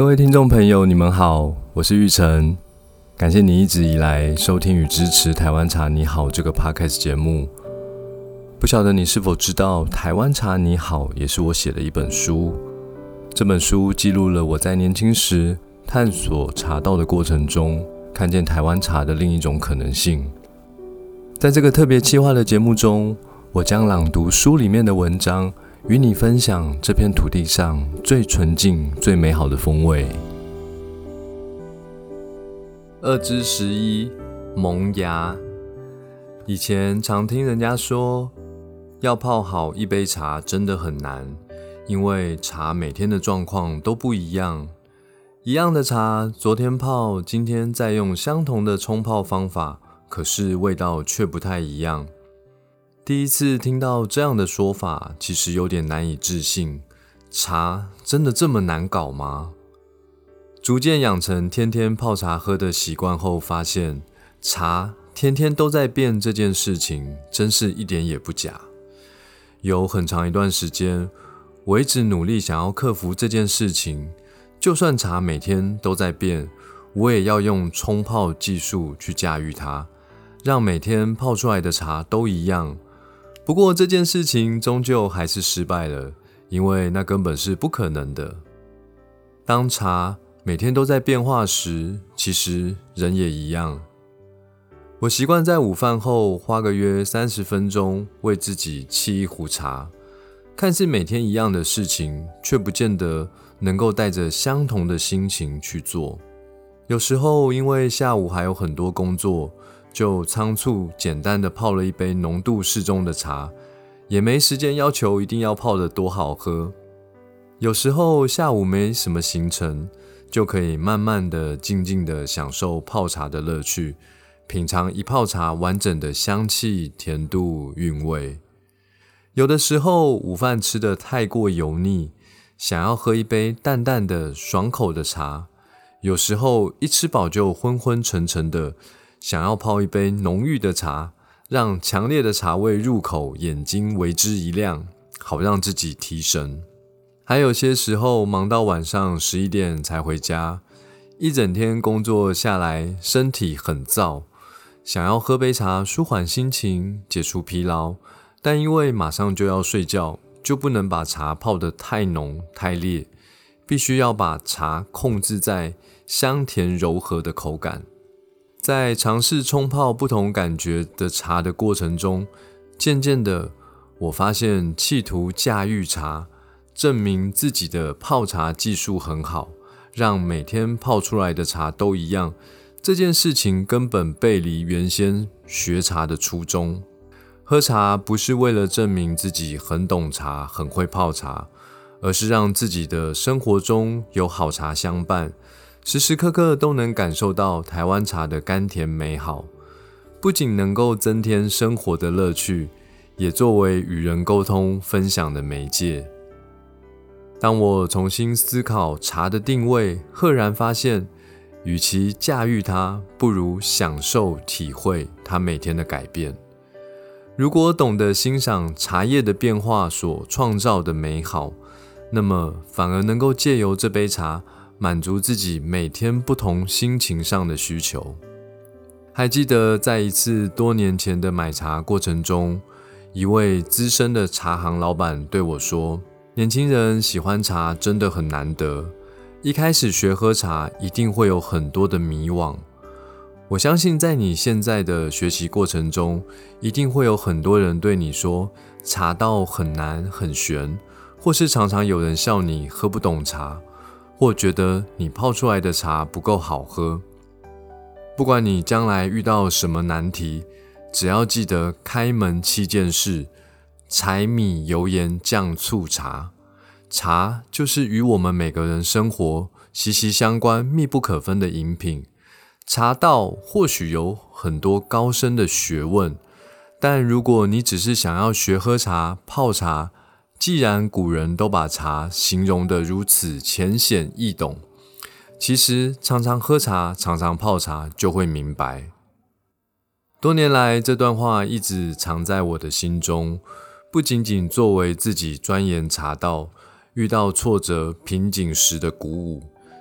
各位听众朋友，你们好，我是玉成，感谢你一直以来收听与支持台湾茶你好这个 Podcast 节目。不晓得你是否知道，台湾茶你好也是我写的一本书。这本书记录了我在年轻时探索茶道的过程中，看见台湾茶的另一种可能性。在这个特别企划的节目中，我将朗读书里面的文章，与你分享这片土地上最纯净、最美好的风味。2之11萌芽。以前常听人家说，要泡好一杯茶真的很难，因为茶每天的状况都不一样。一样的茶，昨天泡，今天再用相同的冲泡方法，可是味道却不太一样。第一次听到这样的说法，其实有点难以置信。茶真的这么难搞吗？逐渐养成天天泡茶喝的习惯后，发现茶天天都在变这件事情，真是一点也不假。有很长一段时间，我一直努力想要克服这件事情，就算茶每天都在变，我也要用冲泡技术去驾驭它，让每天泡出来的茶都一样。不过这件事情终究还是失败了，因为那根本是不可能的。当茶每天都在变化时，其实人也一样。我习惯在午饭后花个约30分钟为自己沏一壶茶，看似每天一样的事情，却不见得能够带着相同的心情去做。有时候因为下午还有很多工作，就仓促简单的泡了一杯浓度适中的茶，也没时间要求一定要泡得多好喝。有时候下午没什么行程，就可以慢慢的静静的享受泡茶的乐趣，品尝一泡茶完整的香气、甜度、韵味。有的时候午饭吃得太过油腻，想要喝一杯淡淡的爽口的茶。有时候一吃饱就昏昏沉沉的，想要泡一杯浓郁的茶，让强烈的茶味入口，眼睛为之一亮，好让自己提神。还有些时候忙到晚上11点才回家，一整天工作下来，身体很燥，想要喝杯茶舒缓心情，解除疲劳，但因为马上就要睡觉，就不能把茶泡得太浓太烈，必须要把茶控制在香甜柔和的口感。在尝试冲泡不同感觉的茶的过程中，渐渐的我发现企图驾驭茶，证明自己的泡茶技术很好，让每天泡出来的茶都一样，这件事情根本背离原先学茶的初衷。喝茶不是为了证明自己很懂茶、很会泡茶，而是让自己的生活中有好茶相伴，时时刻刻都能感受到台湾茶的甘甜美好，不仅能够增添生活的乐趣，也作为与人沟通分享的媒介。当我重新思考茶的定位，赫然发现，与其驾驭它，不如享受体会它每天的改变。如果懂得欣赏茶叶的变化所创造的美好，那么反而能够借由这杯茶满足自己每天不同心情上的需求。还记得在一次多年前的买茶过程中，一位资深的茶行老板对我说，年轻人喜欢茶真的很难得，一开始学喝茶一定会有很多的迷惘。我相信在你现在的学习过程中，一定会有很多人对你说茶道很难很玄，或是常常有人笑你喝不懂茶，或觉得你泡出来的茶不够好喝。不管你将来遇到什么难题，只要记得开门7件事：柴米油盐酱醋茶。茶就是与我们每个人生活息息相关、密不可分的饮品。茶道或许有很多高深的学问，但如果你只是想要学喝茶、泡茶，既然古人都把茶形容得如此浅显易懂，其实常常喝茶、常常泡茶就会明白。多年来，这段话一直藏在我的心中，不仅仅作为自己钻研茶道、遇到挫折瓶颈时的鼓舞，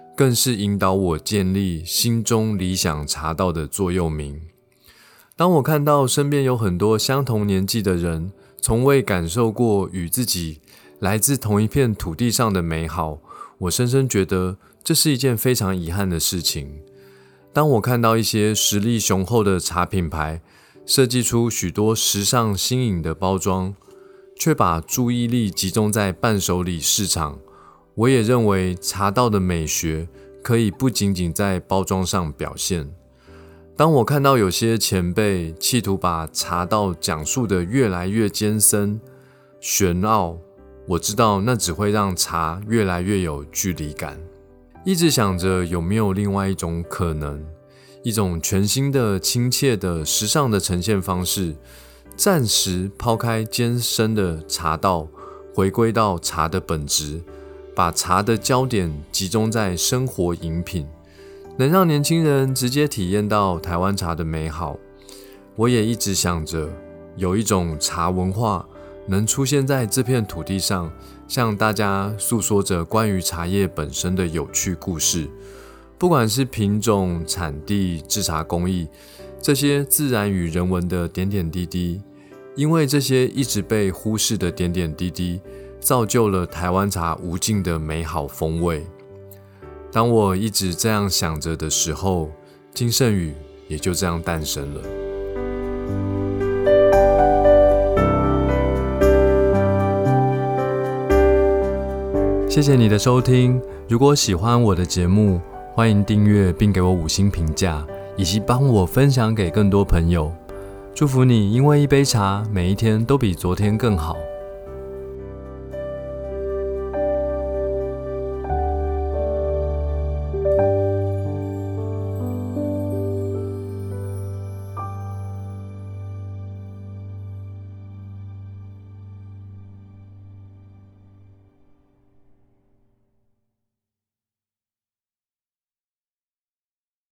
更是引导我建立心中理想茶道的座右铭。当我看到身边有很多相同年纪的人，从未感受过与自己来自同一片土地上的美好，我深深觉得这是一件非常遗憾的事情。当我看到一些实力雄厚的茶品牌设计出许多时尚新颖的包装，却把注意力集中在伴手礼市场，我也认为茶道的美学可以不仅仅在包装上表现。当我看到有些前辈企图把茶道讲述得越来越艰深、玄奥，我知道那只会让茶越来越有距离感。一直想着有没有另外一种可能，一种全新的、亲切的、时尚的呈现方式，暂时抛开艰深的茶道，回归到茶的本质，把茶的焦点集中在生活饮品，能让年轻人直接体验到台湾茶的美好。我也一直想着，有一种茶文化能出现在这片土地上，向大家诉说着关于茶叶本身的有趣故事。不管是品种、产地、制茶工艺，这些自然与人文的点点滴滴，因为这些一直被忽视的点点滴滴，造就了台湾茶无尽的美好风味。当我一直这样想着的时候，金圣宇也就这样诞生了。谢谢你的收听，如果喜欢我的节目，欢迎订阅并给我5星评价，以及帮我分享给更多朋友。祝福你因为一杯茶，每一天都比昨天更好。